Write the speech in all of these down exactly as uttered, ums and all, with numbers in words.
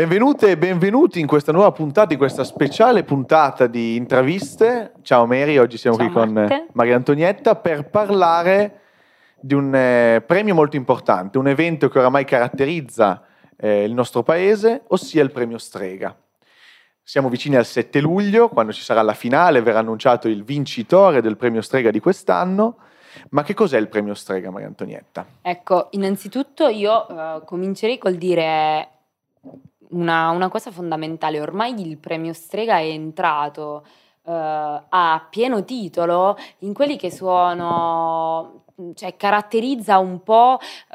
Benvenute e benvenuti in questa nuova puntata, in questa speciale puntata di intraviste. Ciao Mary, oggi siamo Ciao qui con Matte. Maria Antonietta per parlare di un eh, premio molto importante, un evento che oramai caratterizza eh, il nostro paese, ossia il premio Strega. Siamo vicini al sette luglio, quando ci sarà la finale, verrà annunciato il vincitore del premio Strega di quest'anno. Ma che cos'è il premio Strega, Maria Antonietta? Ecco, innanzitutto io eh, comincerei col dire una, una cosa fondamentale. Ormai il premio Strega è entrato eh, a pieno titolo in quelli che sono, cioè caratterizza un po' eh,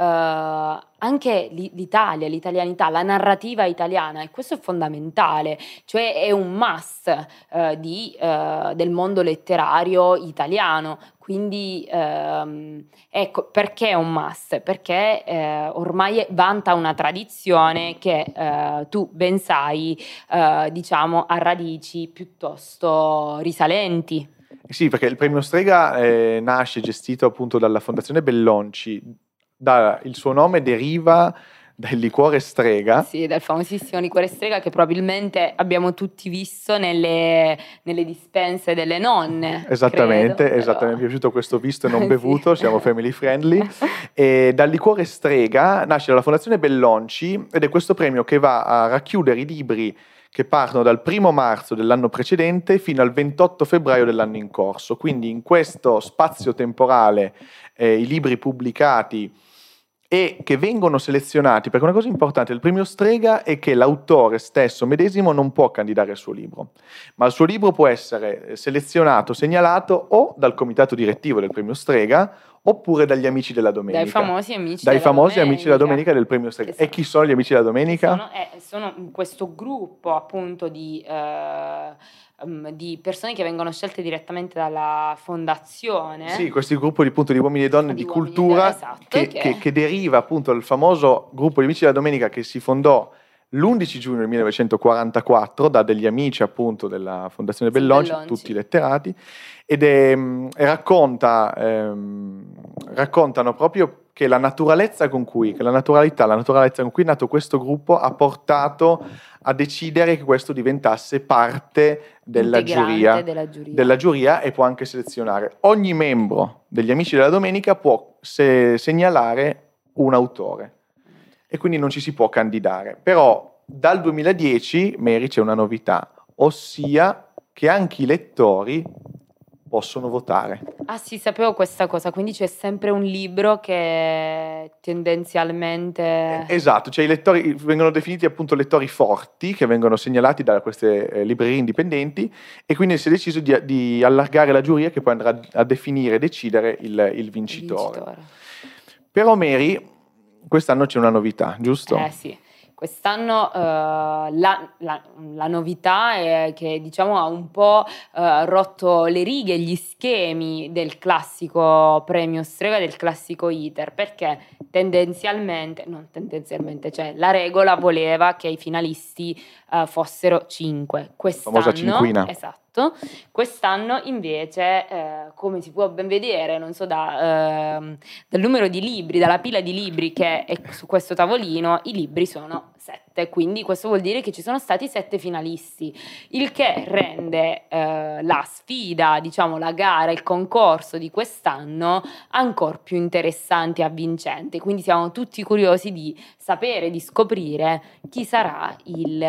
anche l'i- l'Italia, l'italianità, la narrativa italiana, e questo è fondamentale, cioè è un must eh, di, eh, del mondo letterario italiano. Quindi ehm, ecco, perché è un must? Perché eh, ormai vanta una tradizione che eh, tu ben sai, eh, diciamo, ha radici piuttosto risalenti. Eh Sì, perché il premio Strega eh, nasce gestito appunto dalla Fondazione Bellonci, da- il suo nome deriva dal liquore Strega. Sì, dal famosissimo liquore Strega che probabilmente abbiamo tutti visto nelle, nelle dispense delle nonne. Esattamente, credo, esattamente, mi è però- piaciuto questo visto e non Sì. bevuto, siamo family friendly. E dal liquore Strega nasce dalla Fondazione Bellonci ed è questo premio che va a racchiudere i libri che partono dal primo marzo dell'anno precedente fino al ventotto febbraio dell'anno in corso. Quindi in questo spazio temporale eh, i libri pubblicati e che vengono selezionati, perché una cosa importante del premio Strega è che l'autore stesso medesimo non può candidare il suo libro, ma il suo libro può essere selezionato, segnalato o dal comitato direttivo del premio Strega oppure dagli amici della domenica. Dai famosi amici Dai della famosi amici della domenica domenica. del premio Strega. Che E chi sono gli amici della domenica? Sono, eh, sono questo gruppo appunto di, eh, um, di persone che vengono scelte direttamente dalla fondazione. Sì, questo gruppo di, appunto, di uomini e donne Di di, uomini e cultura donne, esatto, che, che- che- che deriva appunto dal famoso gruppo di amici della domenica che si fondò l'undici giugno del millenovecentoquarantaquattro da degli amici appunto della Fondazione Sì, Bellonci, Bellonci. tutti letterati, ed è, mh, e racconta, ehm, raccontano proprio che la naturalezza con cui, che la naturalità, la naturalezza con cui è nato questo gruppo ha portato a decidere che questo diventasse parte della Integrante giuria, della giuria. della giuria e può anche selezionare. Ogni membro degli Amici della Domenica può se- segnalare un autore e quindi non ci si può candidare. Però dal duemiladieci, Mary, c'è una novità, ossia che anche i lettori possono votare. Ah sì, sapevo questa cosa, quindi c'è sempre un libro che tendenzialmente... Esatto, cioè i lettori vengono definiti appunto lettori forti che vengono segnalati da queste eh, librerie indipendenti e quindi si è deciso di, di allargare la giuria che poi andrà a, a definire e decidere il, il vincitore. vincitore. Però Mary, quest'anno c'è una novità, giusto? Eh sì, quest'anno eh, la, la- la novità è che diciamo ha un po' eh, rotto le righe, gli schemi del classico premio Strega, del classico iter, perché tendenzialmente, non tendenzialmente, cioè la regola voleva che i finalisti eh, fossero cinque. Quest'anno, famosa cinquina. esatto. Quest'anno invece, eh, come si può ben vedere, non so, da, ehm, dal numero di libri, dalla pila di libri che è su questo tavolino, i libri sono sette, quindi questo vuol dire che ci sono stati sette finalisti, il che rende eh, la sfida, diciamo la gara, il concorso di quest'anno ancora più interessante e avvincente, quindi siamo tutti curiosi di sapere, di scoprire chi sarà il...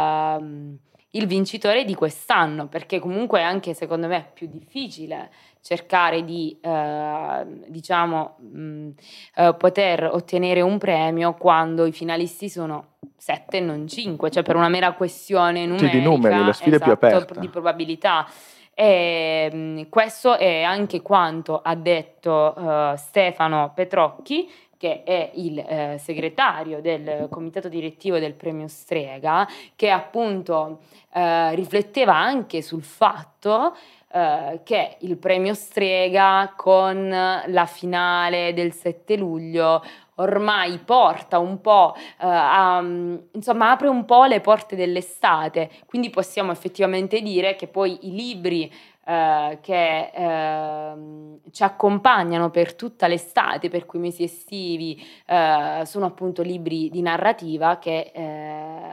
ehm, il vincitore di quest'anno, perché comunque anche secondo me è più difficile cercare di eh, diciamo mh, eh, poter ottenere un premio quando i finalisti sono sette e non cinque, cioè per una mera questione Sì, numerica, di numeri, la sfida è più esatto, aperta. di probabilità. E, mh, questo è anche quanto ha detto eh, Stefano Petrocchi, che è il eh, segretario del comitato direttivo del premio Strega, che appunto eh, rifletteva anche sul fatto eh, che il premio Strega con la finale del sette luglio ormai porta un po' eh, a, insomma apre un po' le porte dell'estate, quindi possiamo effettivamente dire che poi i libri eh, che eh, ci accompagnano per tutta l'estate, per quei mesi estivi, eh, sono appunto libri di narrativa che eh,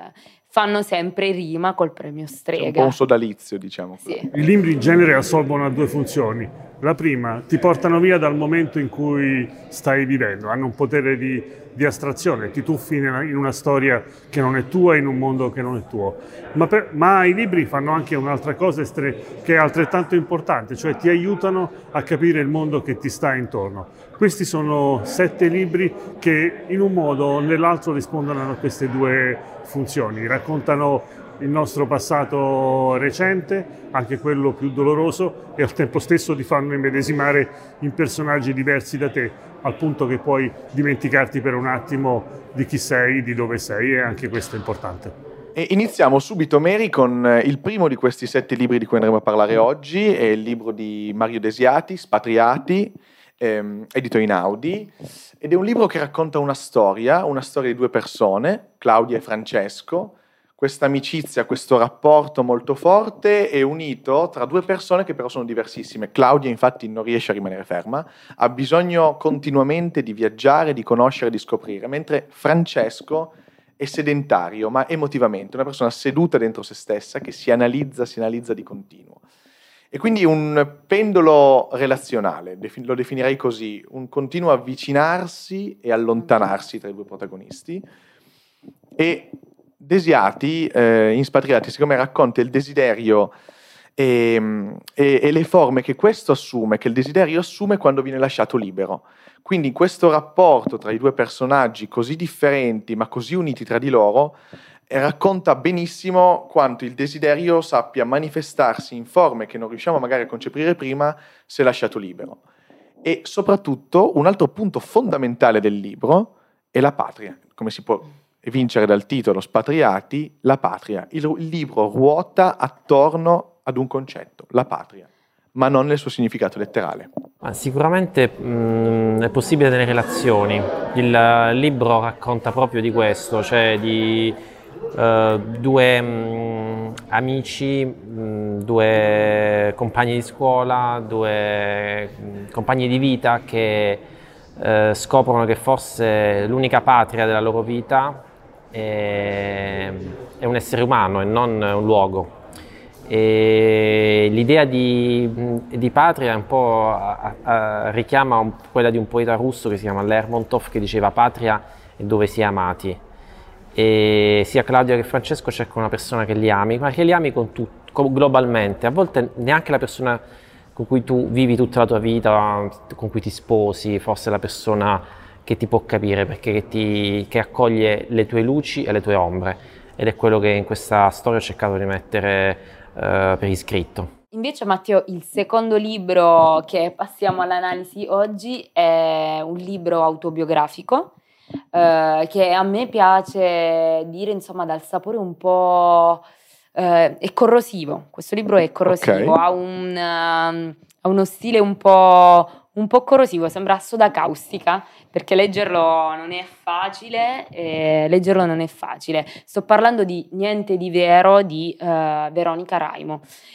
fanno sempre rima col premio Strega. C'è un po' un sodalizio, diciamo. Sì. I libri in genere assolvono a due funzioni. La prima, ti portano via dal momento in cui stai vivendo, hanno un potere di, di astrazione, ti tuffi in una storia che non è tua, in un mondo che non è tuo. Ma, per, ma i libri fanno anche un'altra cosa estre, che è altrettanto importante, cioè ti aiutano a capire il mondo che ti sta intorno. Questi sono sette libri che in un modo o nell'altro rispondono a queste due funzioni, raccontano il nostro passato recente, anche quello più doloroso, e al tempo stesso ti fanno immedesimare in personaggi diversi da te, al punto che puoi dimenticarti per un attimo di chi sei, di dove sei, e anche questo è importante. E iniziamo subito, Mary, con il primo di questi sette libri di cui andremo a parlare oggi, è il libro di Mario Desiati, Spatriati, ehm, edito in Audi, ed è un libro che racconta una storia, una storia di due persone, Claudia e Francesco. Questa amicizia, questo rapporto molto forte è unito tra due persone che però sono diversissime. Claudia infatti non riesce a rimanere ferma, ha bisogno continuamente di viaggiare, di conoscere, di scoprire, mentre Francesco è sedentario, ma emotivamente, una persona seduta dentro se stessa che si analizza, si analizza di continuo. E quindi un pendolo relazionale, lo definirei così, un continuo avvicinarsi e allontanarsi tra i due protagonisti. E Desiati, eh, in Spatriati, siccome racconta il desiderio e, e, e le forme che questo assume, che il desiderio assume quando viene lasciato libero. Quindi in questo rapporto tra i due personaggi così differenti ma così uniti tra di loro, eh, racconta benissimo quanto il desiderio sappia manifestarsi in forme che non riusciamo magari a concepire prima se lasciato libero. E soprattutto un altro punto fondamentale del libro è la patria, come si può vincere dal titolo Spatriati, la patria. Il, il libro ruota attorno ad un concetto, la patria, ma non nel suo significato letterale. Ma sicuramente mh, è possibile nelle relazioni. Il uh, libro racconta proprio di questo, cioè di uh, due mh, amici, mh, due compagni di scuola, due mh, compagni di vita che uh, scoprono che forse l'unica patria della loro vita è, è un essere umano e non un luogo. E l'idea di, di patria un po' a, a, richiama un, quella di un poeta russo che si chiama Lermontov, che diceva patria è dove si è amati, e sia Claudia che Francesco cercano una persona che li ami, ma che li ami con tu, con, globalmente. A volte neanche la persona con cui tu vivi tutta la tua vita, con cui ti sposi, forse è la persona che ti può capire, perché che, ti, che accoglie le tue luci e le tue ombre, ed è quello che in questa storia ho cercato di mettere Uh, per iscritto. Invece, Matteo, il secondo libro che passiamo all'analisi oggi è un libro autobiografico uh, che a me piace dire, insomma, dal sapore un po' uh, è corrosivo. Questo libro è corrosivo, okay. ha, un, uh, ha uno stile un po', un po' corrosivo, sembra soda caustica, perché leggerlo non è facile, eh, leggerlo non è facile. Sto parlando di Niente di vero di uh, Veronica Raimo.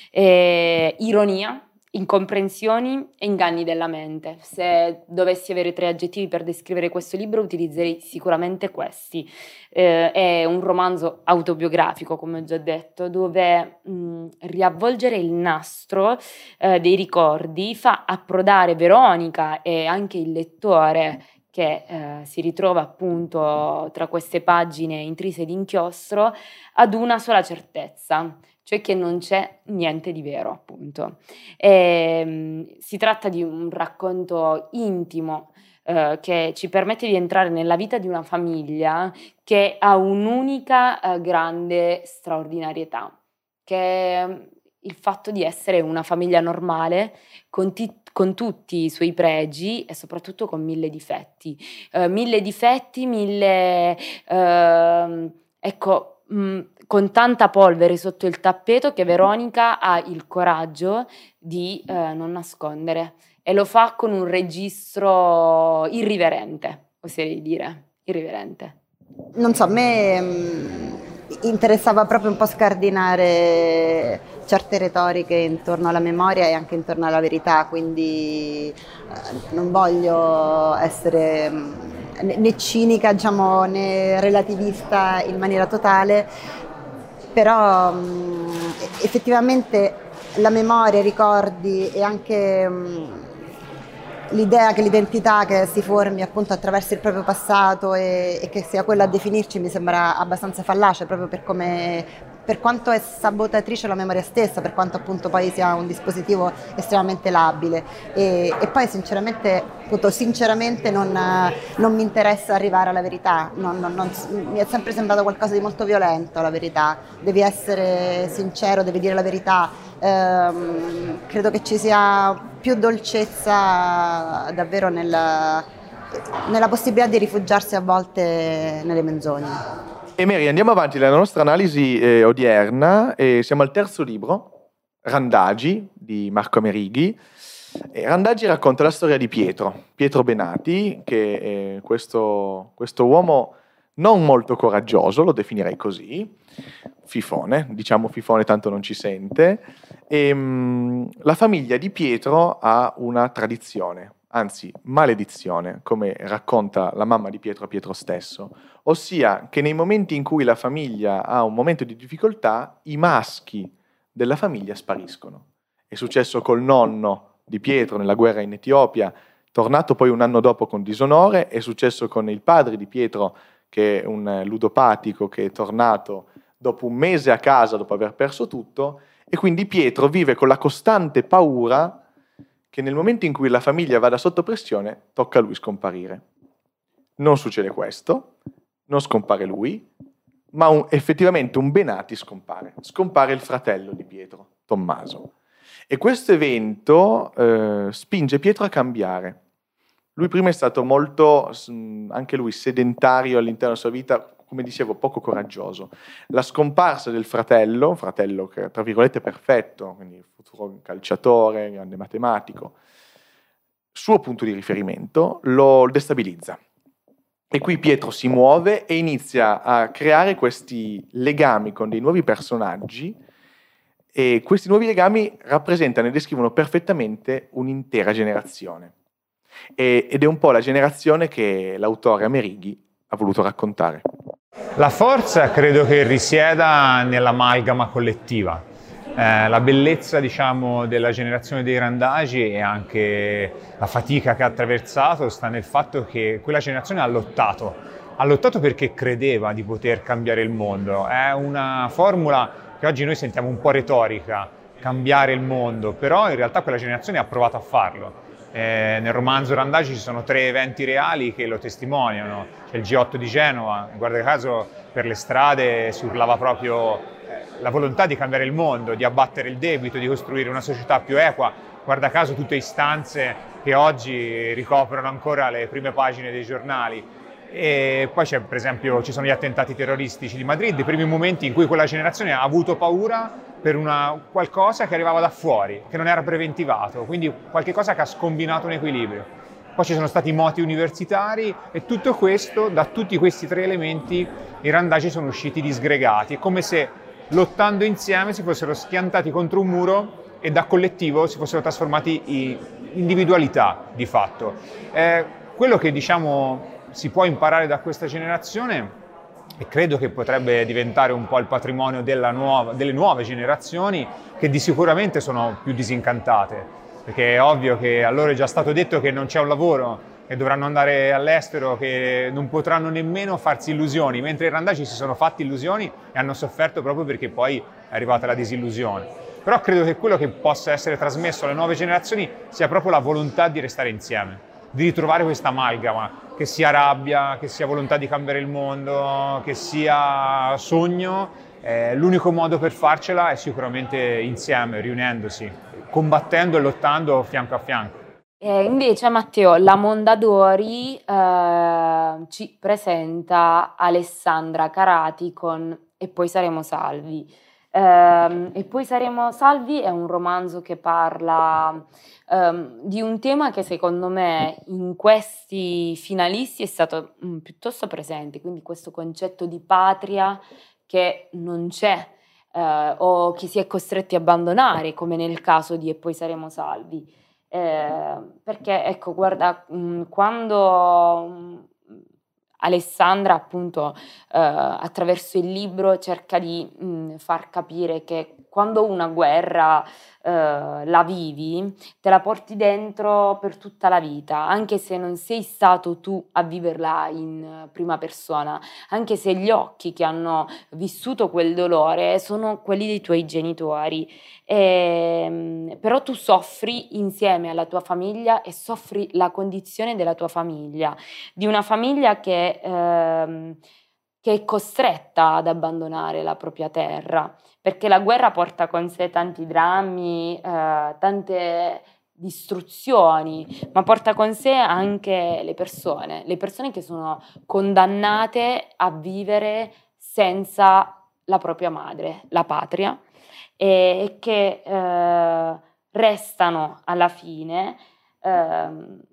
Eh, ironia, incomprensioni e inganni della mente. Se dovessi avere tre aggettivi per descrivere questo libro, utilizzerei sicuramente questi. Eh, è un romanzo autobiografico, come ho già detto, dove mh, riavvolgere il nastro eh, dei ricordi fa approdare Veronica e anche il lettore che eh, si ritrova appunto tra queste pagine intrise di inchiostro ad una sola certezza, cioè che non c'è niente di vero, appunto. E, mh, si tratta di un racconto intimo eh, che ci permette di entrare nella vita di una famiglia che ha un'unica eh, grande straordinarietà, che è il fatto di essere una famiglia normale con, ti- con tutti i suoi pregi e soprattutto con mille difetti. Uh, mille difetti, mille... Uh, ecco... Mh, con tanta polvere sotto il tappeto che Veronica ha il coraggio di eh, non nascondere, e lo fa con un registro irriverente, oserei dire, irriverente. Non so, a me mh, interessava proprio un po' scardinare certe retoriche intorno alla memoria e anche intorno alla verità, quindi eh, non voglio essere mh, né cinica, diciamo, né relativista in maniera totale, però mh, effettivamente la memoria, i ricordi e anche mh, l'idea che l'identità che si formi appunto attraverso il proprio passato e, e che sia quella a definirci mi sembra abbastanza fallace, proprio per come, per quanto è sabotatrice la memoria stessa, per quanto appunto poi sia un dispositivo estremamente labile. E, e poi sinceramente, appunto, sinceramente non, non mi interessa arrivare alla verità, non, non, non, mi è sempre sembrato qualcosa di molto violento la verità, devi essere sincero, devi dire la verità. Ehm, credo che ci sia più dolcezza davvero nella, nella possibilità di rifugiarsi a volte nelle menzogne. E Mary, andiamo avanti nella nostra analisi eh, odierna e siamo al terzo libro, Randagi, di Marco Amerighi. E Randagi racconta la storia di Pietro, Pietro Benati, che è questo, questo uomo non molto coraggioso, lo definirei così, fifone, diciamo fifone tanto non ci sente, e mh, la famiglia di Pietro ha una tradizione, anzi maledizione, come racconta la mamma di Pietro a Pietro stesso, ossia che nei momenti in cui la famiglia ha un momento di difficoltà, i maschi della famiglia spariscono. È successo col nonno di Pietro nella guerra in Etiopia, tornato poi un anno dopo con disonore, è successo con il padre di Pietro, che è un ludopatico che è tornato dopo un mese a casa dopo aver perso tutto, e quindi Pietro vive con la costante paura che nel momento in cui la famiglia vada sotto pressione tocca a lui scomparire. Non succede questo, non scompare lui, ma un, effettivamente un Benati scompare, scompare il fratello di Pietro, Tommaso. E questo evento eh, spinge Pietro a cambiare. Lui prima è stato molto, anche lui, sedentario all'interno della sua vita, come dicevo, poco coraggioso. La scomparsa del fratello, un fratello che tra virgolette perfetto, quindi futuro calciatore, grande matematico, suo punto di riferimento, lo destabilizza. E qui Pietro si muove e inizia a creare questi legami con dei nuovi personaggi, e questi nuovi legami rappresentano e descrivono perfettamente un'intera generazione. Ed è un po' la generazione che l'autore Amerighi ha voluto raccontare. La forza credo che risieda nell'amalgama collettiva. Eh, la bellezza, diciamo, della generazione dei Randagi e anche la fatica che ha attraversato sta nel fatto che quella generazione ha lottato. Ha lottato perché credeva di poter cambiare il mondo. È una formula che oggi noi sentiamo un po' retorica, cambiare il mondo, però in realtà quella generazione ha provato a farlo. Eh, nel romanzo Randagi ci sono tre eventi reali che lo testimoniano. C'è il G otto di Genova, guarda caso per le strade si urlava proprio eh, la volontà di cambiare il mondo, di abbattere il debito, di costruire una società più equa. Guarda caso tutte istanze che oggi ricoprono ancora le prime pagine dei giornali. E poi c'è, per esempio, ci sono gli attentati terroristici di Madrid, i primi momenti in cui quella generazione ha avuto paura per una, qualcosa che arrivava da fuori, che non era preventivato, quindi qualche cosa che ha scombinato un equilibrio. Poi ci sono stati i moti universitari e tutto questo, da tutti questi tre elementi, i Randagi sono usciti disgregati. È come se lottando insieme si fossero schiantati contro un muro e da collettivo si fossero trasformati in individualità, di fatto. Eh, quello che, diciamo, si può imparare da questa generazione, e credo che potrebbe diventare un po' il patrimonio della nuova, delle nuove generazioni, che di sicuramente sono più disincantate, perché è ovvio che a loro è già stato detto che non c'è un lavoro, che dovranno andare all'estero, che non potranno nemmeno farsi illusioni, mentre i Randagi si sono fatti illusioni e hanno sofferto proprio perché poi è arrivata la disillusione. Però credo che quello che possa essere trasmesso alle nuove generazioni sia proprio la volontà di restare insieme, di ritrovare questa amalgama, che sia rabbia, che sia volontà di cambiare il mondo, che sia sogno. Eh, l'unico modo per farcela è sicuramente insieme, riunendosi, combattendo e lottando fianco a fianco. E invece Matteo, la Mondadori eh, ci presenta Alessandra Carati con E poi saremo salvi. Eh, e poi saremo salvi è un romanzo che parla Um, di un tema che secondo me in questi finalisti è stato um, piuttosto presente, quindi questo concetto di patria che non c'è uh, o che si è costretti a abbandonare, come nel caso di E poi saremo salvi. Eh, perché ecco, guarda, um, quando um, Alessandra appunto eh, attraverso il libro cerca di mh, far capire che quando una guerra eh, la vivi, te la porti dentro per tutta la vita, anche se non sei stato tu a viverla in prima persona, anche se gli occhi che hanno vissuto quel dolore sono quelli dei tuoi genitori. E, però tu soffri insieme alla tua famiglia e soffri la condizione della tua famiglia, di una famiglia che, ehm, che è costretta ad abbandonare la propria terra, perché la guerra porta con sé tanti drammi, eh, tante distruzioni, ma porta con sé anche le persone, le persone che sono condannate a vivere senza la propria madre, la patria, e che eh, restano alla fine, eh,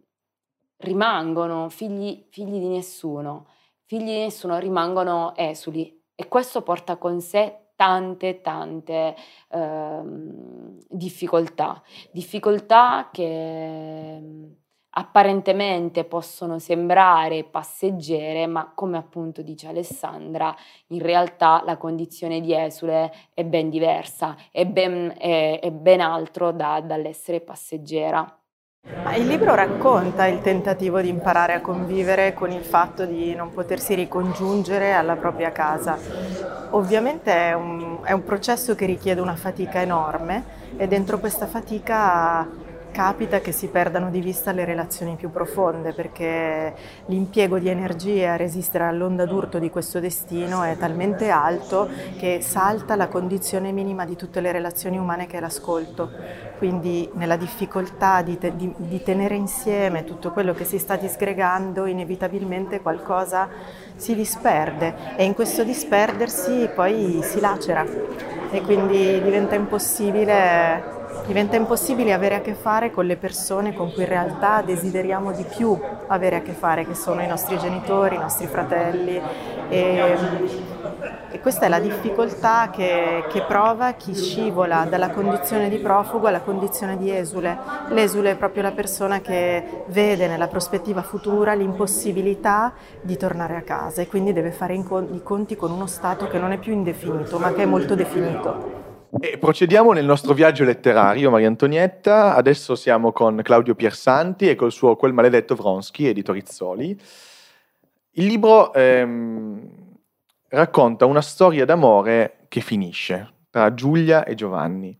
rimangono figli, figli di nessuno, figli di nessuno, rimangono esuli, e questo porta con sé tante tante eh, difficoltà, difficoltà che apparentemente possono sembrare passeggere, ma come appunto dice Alessandra, in realtà la condizione di esule è ben diversa, è ben, è, è ben altro da, dall'essere passeggera. Ma il libro racconta il tentativo di imparare a convivere con il fatto di non potersi ricongiungere alla propria casa. Ovviamente è un, è un processo che richiede una fatica enorme, e dentro questa fatica capita che si perdano di vista le relazioni più profonde, perché l'impiego di energie a resistere all'onda d'urto di questo destino è talmente alto che salta la condizione minima di tutte le relazioni umane, che è l'ascolto. Quindi nella difficoltà di, te, di, di tenere insieme tutto quello che si sta disgregando, inevitabilmente qualcosa si disperde, e in questo disperdersi poi si lacera, e quindi diventa impossibile Diventa impossibile avere a che fare con le persone con cui in realtà desideriamo di più avere a che fare, che sono i nostri genitori, i nostri fratelli. E, e questa è la difficoltà che, che prova chi scivola dalla condizione di profugo alla condizione di esule. L'esule è proprio la persona che vede nella prospettiva futura l'impossibilità di tornare a casa, e quindi deve fare i conti con uno stato che non è più indefinito, ma che è molto definito. E procediamo nel nostro viaggio letterario, Maria Antonietta. Adesso siamo con Claudio Piersanti e col suo Quel maledetto Vronsky, edito Rizzoli. Il libro ehm, racconta una storia d'amore che finisce tra Giulia e Giovanni.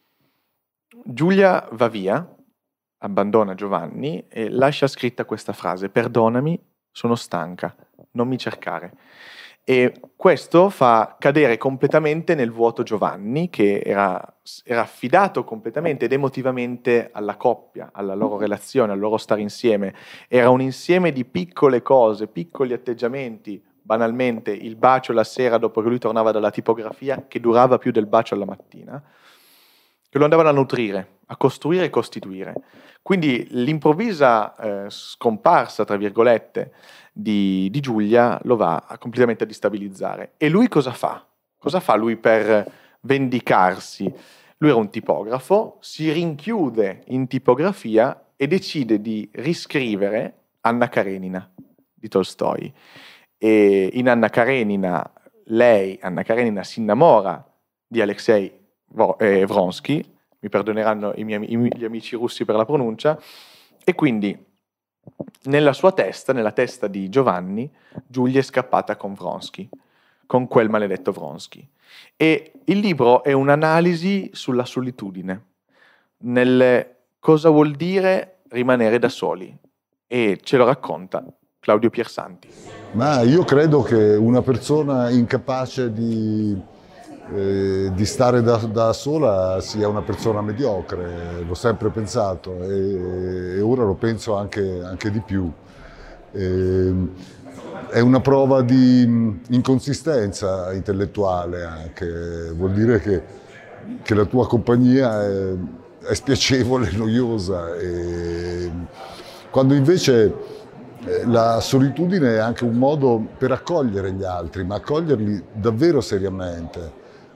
Giulia va via, abbandona Giovanni e lascia scritta questa frase: perdonami, sono stanca, non mi cercare. E questo fa cadere completamente nel vuoto Giovanni, che era, era affidato completamente ed emotivamente alla coppia, alla loro relazione, al loro stare insieme. Era un insieme di piccole cose, piccoli atteggiamenti, banalmente il bacio la sera dopo che lui tornava dalla tipografia, che durava più del bacio alla mattina, che lo andavano a nutrire, a costruire e costituire. Quindi l'improvvisa eh, scomparsa, tra virgolette, di, di Giulia lo va a completamente a destabilizzare. E lui cosa fa? Cosa fa lui per vendicarsi? Lui era un tipografo, si rinchiude in tipografia e decide di riscrivere Anna Karenina di Tolstoi. E in Anna Karenina, lei, Anna Karenina, si innamora di Alexei Vronsky, mi perdoneranno i miei, gli amici russi per la pronuncia, e quindi nella sua testa, nella testa di Giovanni, Giulia è scappata con Vronsky, con quel maledetto Vronsky. E il libro è un'analisi sulla solitudine, nel cosa vuol dire rimanere da soli, e ce lo racconta Claudio Piersanti. Ma io credo che una persona incapace di Eh, di stare da, da sola sia una persona mediocre, l'ho sempre pensato e, e ora lo penso anche, anche di più. E, è una prova di inconsistenza intellettuale anche, vuol dire che, che la tua compagnia è, è spiacevole e noiosa, e quando invece la solitudine è anche un modo per accogliere gli altri, ma accoglierli davvero seriamente.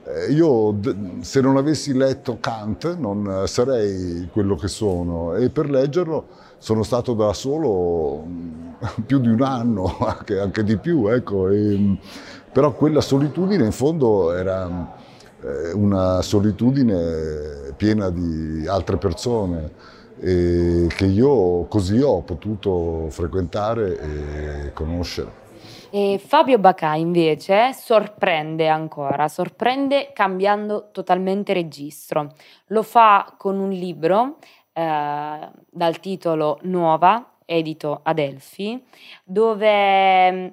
Eh, io d- se non avessi letto Kant non sarei quello che sono, e per leggerlo sono stato da solo mm, più di un anno, anche, anche di più, ecco. E, però quella solitudine in fondo era eh, una solitudine piena di altre persone, e che io così ho potuto frequentare e conoscere. E Fabio Bacà invece sorprende ancora, sorprende cambiando totalmente registro. Lo fa con un libro eh, dal titolo Nuova, edito Adelphi, dove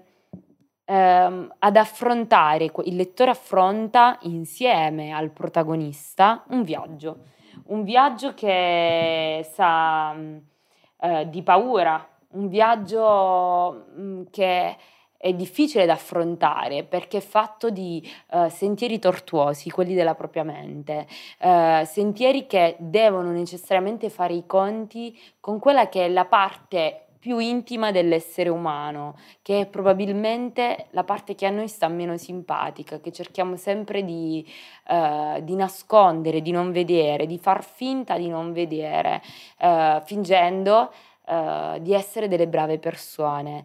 ehm, ad affrontare, il lettore affronta insieme al protagonista un viaggio, un viaggio che sa eh, di paura, un viaggio mh, che è difficile da affrontare perché è fatto di uh, sentieri tortuosi, quelli della propria mente, uh, sentieri che devono necessariamente fare i conti con quella che è la parte più intima dell'essere umano, che è probabilmente la parte che a noi sta meno simpatica, che cerchiamo sempre di, uh, di nascondere, di non vedere, di far finta di non vedere, uh, fingendo Uh, di essere delle brave persone,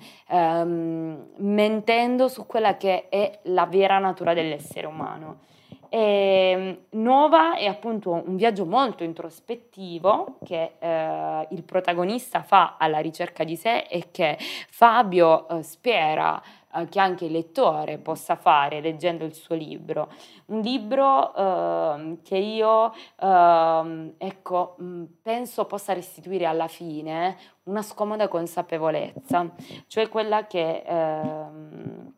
um, mentendo su quella che è la vera natura dell'essere umano. E, Nuova è appunto un viaggio molto introspettivo che uh, il protagonista fa alla ricerca di sé e che Fabio uh, spera uh, che anche il lettore possa fare leggendo il suo libro. Un libro uh, che io uh, ecco, mh, penso possa restituire alla fine una scomoda consapevolezza, cioè quella che uh,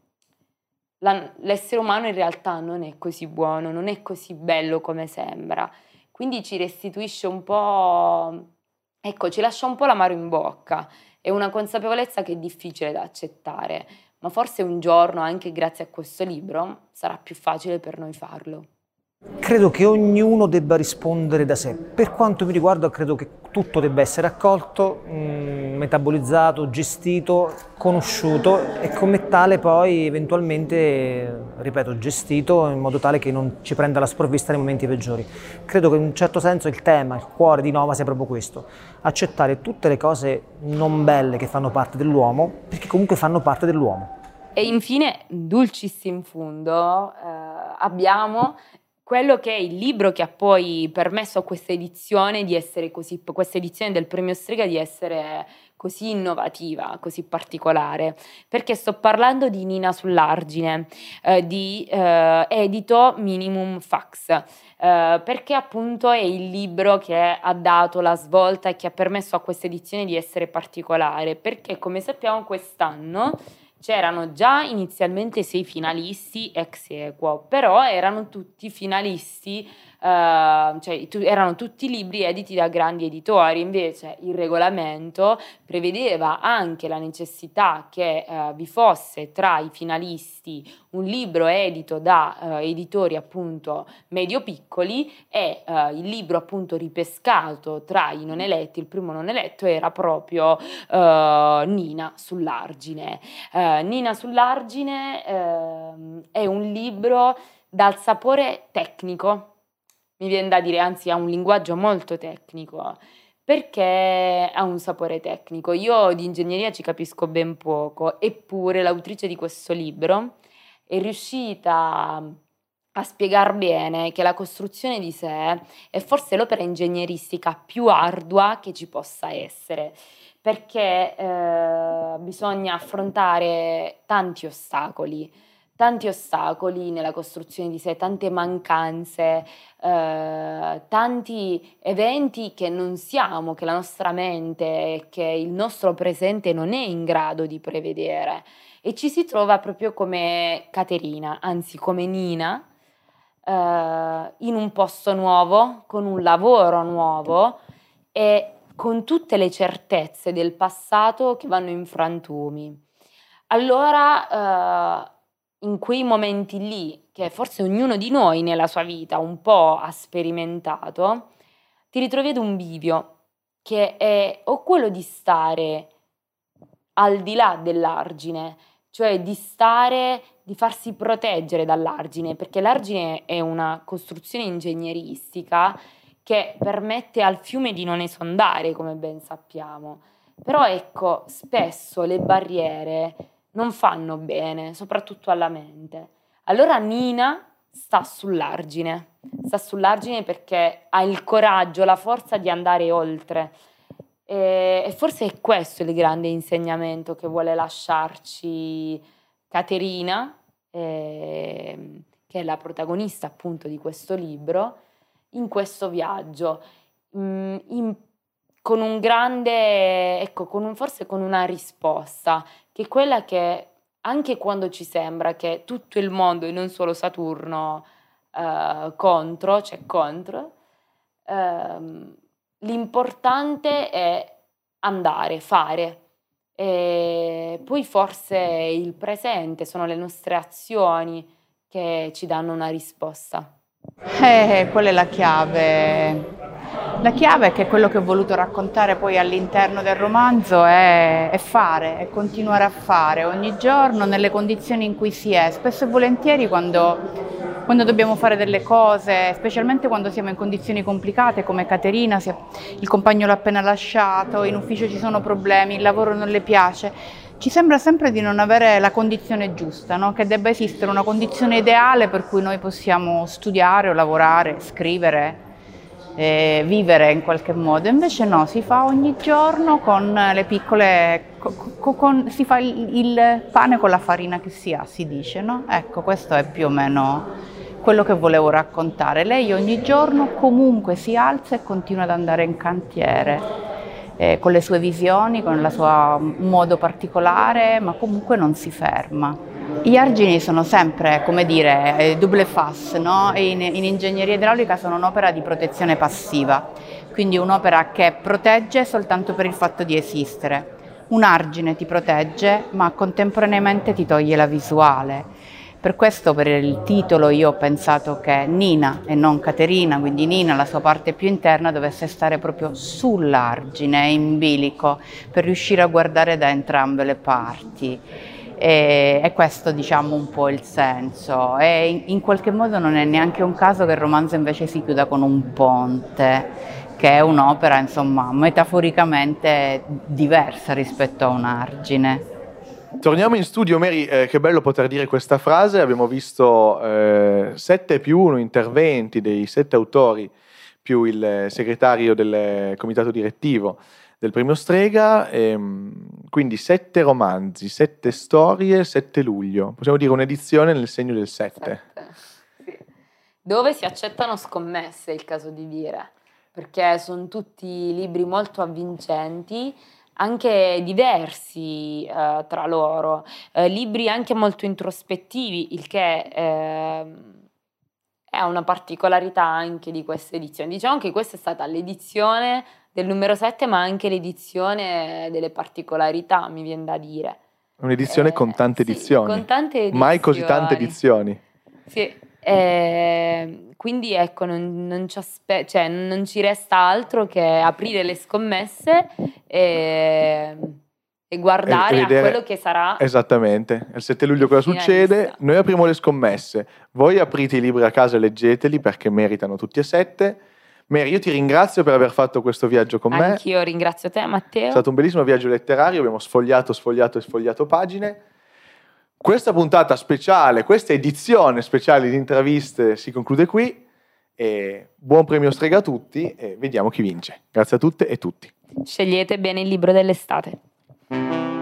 la, l'essere umano in realtà non è così buono, non è così bello come sembra, quindi ci restituisce un po', ecco, ci lascia un po' l'amaro in bocca, è una consapevolezza che è difficile da accettare, ma forse un giorno, anche grazie a questo libro, sarà più facile per noi farlo. Credo che ognuno debba rispondere da sé. Per quanto mi riguarda, credo che tutto debba essere accolto, mh, metabolizzato, gestito, conosciuto e come tale poi eventualmente, ripeto, gestito in modo tale che non ci prenda la sprovvista nei momenti peggiori. Credo che in un certo senso il tema, il cuore di Nova sia proprio questo: accettare tutte le cose non belle che fanno parte dell'uomo, perché comunque fanno parte dell'uomo. E infine, dulcis in fundo, eh, abbiamo quello che è il libro che ha poi permesso a questa edizione di essere così, questa edizione del Premio Strega di essere così innovativa, così particolare, perché sto parlando di Nina sull'argine, eh, di eh, edito Minimum Fax, eh, perché appunto è il libro che ha dato la svolta e che ha permesso a questa edizione di essere particolare, perché come sappiamo quest'anno c'erano già inizialmente sei finalisti ex aequo, però erano tutti finalisti, eh, cioè tu, erano tutti libri editi da grandi editori. Invece il regolamento prevedeva anche la necessità che eh, vi fosse tra i finalisti un libro edito da eh, editori appunto medio-piccoli e eh, il libro appunto ripescato tra i non eletti, il primo non eletto era proprio eh, Nina sull'argine. Eh, Nina sull'argine eh, è un libro dal sapore tecnico, mi viene da dire, anzi ha un linguaggio molto tecnico, perché ha un sapore tecnico. Io di ingegneria ci capisco ben poco, eppure l'autrice di questo libro è riuscita a spiegar bene che la costruzione di sé è forse l'opera ingegneristica più ardua che ci possa essere, perché eh, bisogna affrontare tanti ostacoli, tanti ostacoli nella costruzione di sé, tante mancanze, eh, tanti eventi che non siamo, che la nostra mente, che il nostro presente non è in grado di prevedere. E ci si trova proprio come Caterina, anzi come Nina, eh, in un posto nuovo, con un lavoro nuovo e con tutte le certezze del passato che vanno in frantumi. Allora, eh, in quei momenti lì, che forse ognuno di noi nella sua vita un po' ha sperimentato, ti ritrovi ad un bivio, che è o quello di stare al di là dell'argine, cioè di stare, di farsi proteggere dall'argine, perché l'argine è una costruzione ingegneristica che permette al fiume di non esondare, come ben sappiamo. Però ecco, spesso le barriere non fanno bene, soprattutto alla mente. Allora Nina sta sull'argine, sta sull'argine perché ha il coraggio, la forza di andare oltre. E, e forse è questo il grande insegnamento che vuole lasciarci Caterina, eh, che è la protagonista appunto di questo libro, in questo viaggio, mh, in, con un grande, ecco, con un, forse con una risposta, che è quella che anche quando ci sembra che tutto il mondo e non solo Saturno eh, contro, c'è cioè contro, ehm, l'importante è andare, fare. E poi forse il presente, sono le nostre azioni che ci danno una risposta. Eh, quella è la chiave. La chiave è che quello che ho voluto raccontare poi all'interno del romanzo è, è fare, è continuare a fare ogni giorno nelle condizioni in cui si è. Spesso e volentieri quando, quando dobbiamo fare delle cose, specialmente quando siamo in condizioni complicate come Caterina, il compagno l'ha appena lasciato, in ufficio ci sono problemi, il lavoro non le piace, ci sembra sempre di non avere la condizione giusta, no? Che debba esistere una condizione ideale per cui noi possiamo studiare o lavorare, scrivere, eh, vivere in qualche modo. Invece no, si fa ogni giorno con le piccole, con, con, si fa il, il pane con la farina che si ha, si dice, no? Ecco, questo è più o meno quello che volevo raccontare. Lei ogni giorno comunque si alza e continua ad andare in cantiere. Eh, con le sue visioni, con il suo modo particolare, ma comunque non si ferma. Gli argini sono sempre, come dire, eh, double face, no? in, in ingegneria idraulica sono un'opera di protezione passiva, quindi un'opera che protegge soltanto per il fatto di esistere. Un argine ti protegge, ma contemporaneamente ti toglie la visuale. Per questo, per il titolo, io ho pensato che Nina e non Caterina, quindi Nina, la sua parte più interna, dovesse stare proprio sull'argine, in bilico, per riuscire a guardare da entrambe le parti. E, e questo, diciamo, un po' il senso. E in, in qualche modo non è neanche un caso che il romanzo invece si chiuda con un ponte, che è un'opera, insomma, metaforicamente diversa rispetto a un argine. Torniamo in studio, Mary, eh, che bello poter dire questa frase. Abbiamo visto eh, sette più uno interventi dei sette autori, più il segretario del comitato direttivo del premio Strega, ehm, quindi sette romanzi, sette storie, sette luglio. Possiamo dire un'edizione nel segno del sette. Sì. Dove si accettano scommesse, è il caso di dire, perché sono tutti libri molto avvincenti, anche diversi eh, tra loro, eh, libri anche molto introspettivi, il che eh, è una particolarità anche di questa edizione. Diciamo che questa è stata l'edizione del numero sette, ma anche l'edizione delle particolarità, mi viene da dire. Un'edizione eh, con tante sì, edizioni. Con tante edizioni. Mai così tante edizioni. Sì. Eh, quindi ecco, non, non, ci aspe- cioè, non ci resta altro che aprire le scommesse e, e guardare e vedere, a quello che sarà. Esattamente, il sette luglio cosa succede? Noi apriamo le scommesse, voi aprite i libri a casa e leggeteli perché meritano tutti e sette. Mary, io ti ringrazio per aver fatto questo viaggio con me. Anch'io ringrazio te, Matteo. È stato un bellissimo viaggio letterario, abbiamo sfogliato, sfogliato e sfogliato pagine. Questa puntata speciale, questa edizione speciale di Intraviste si conclude qui. E buon premio Strega a tutti e vediamo chi vince. Grazie a tutte e tutti. Scegliete bene il libro dell'estate.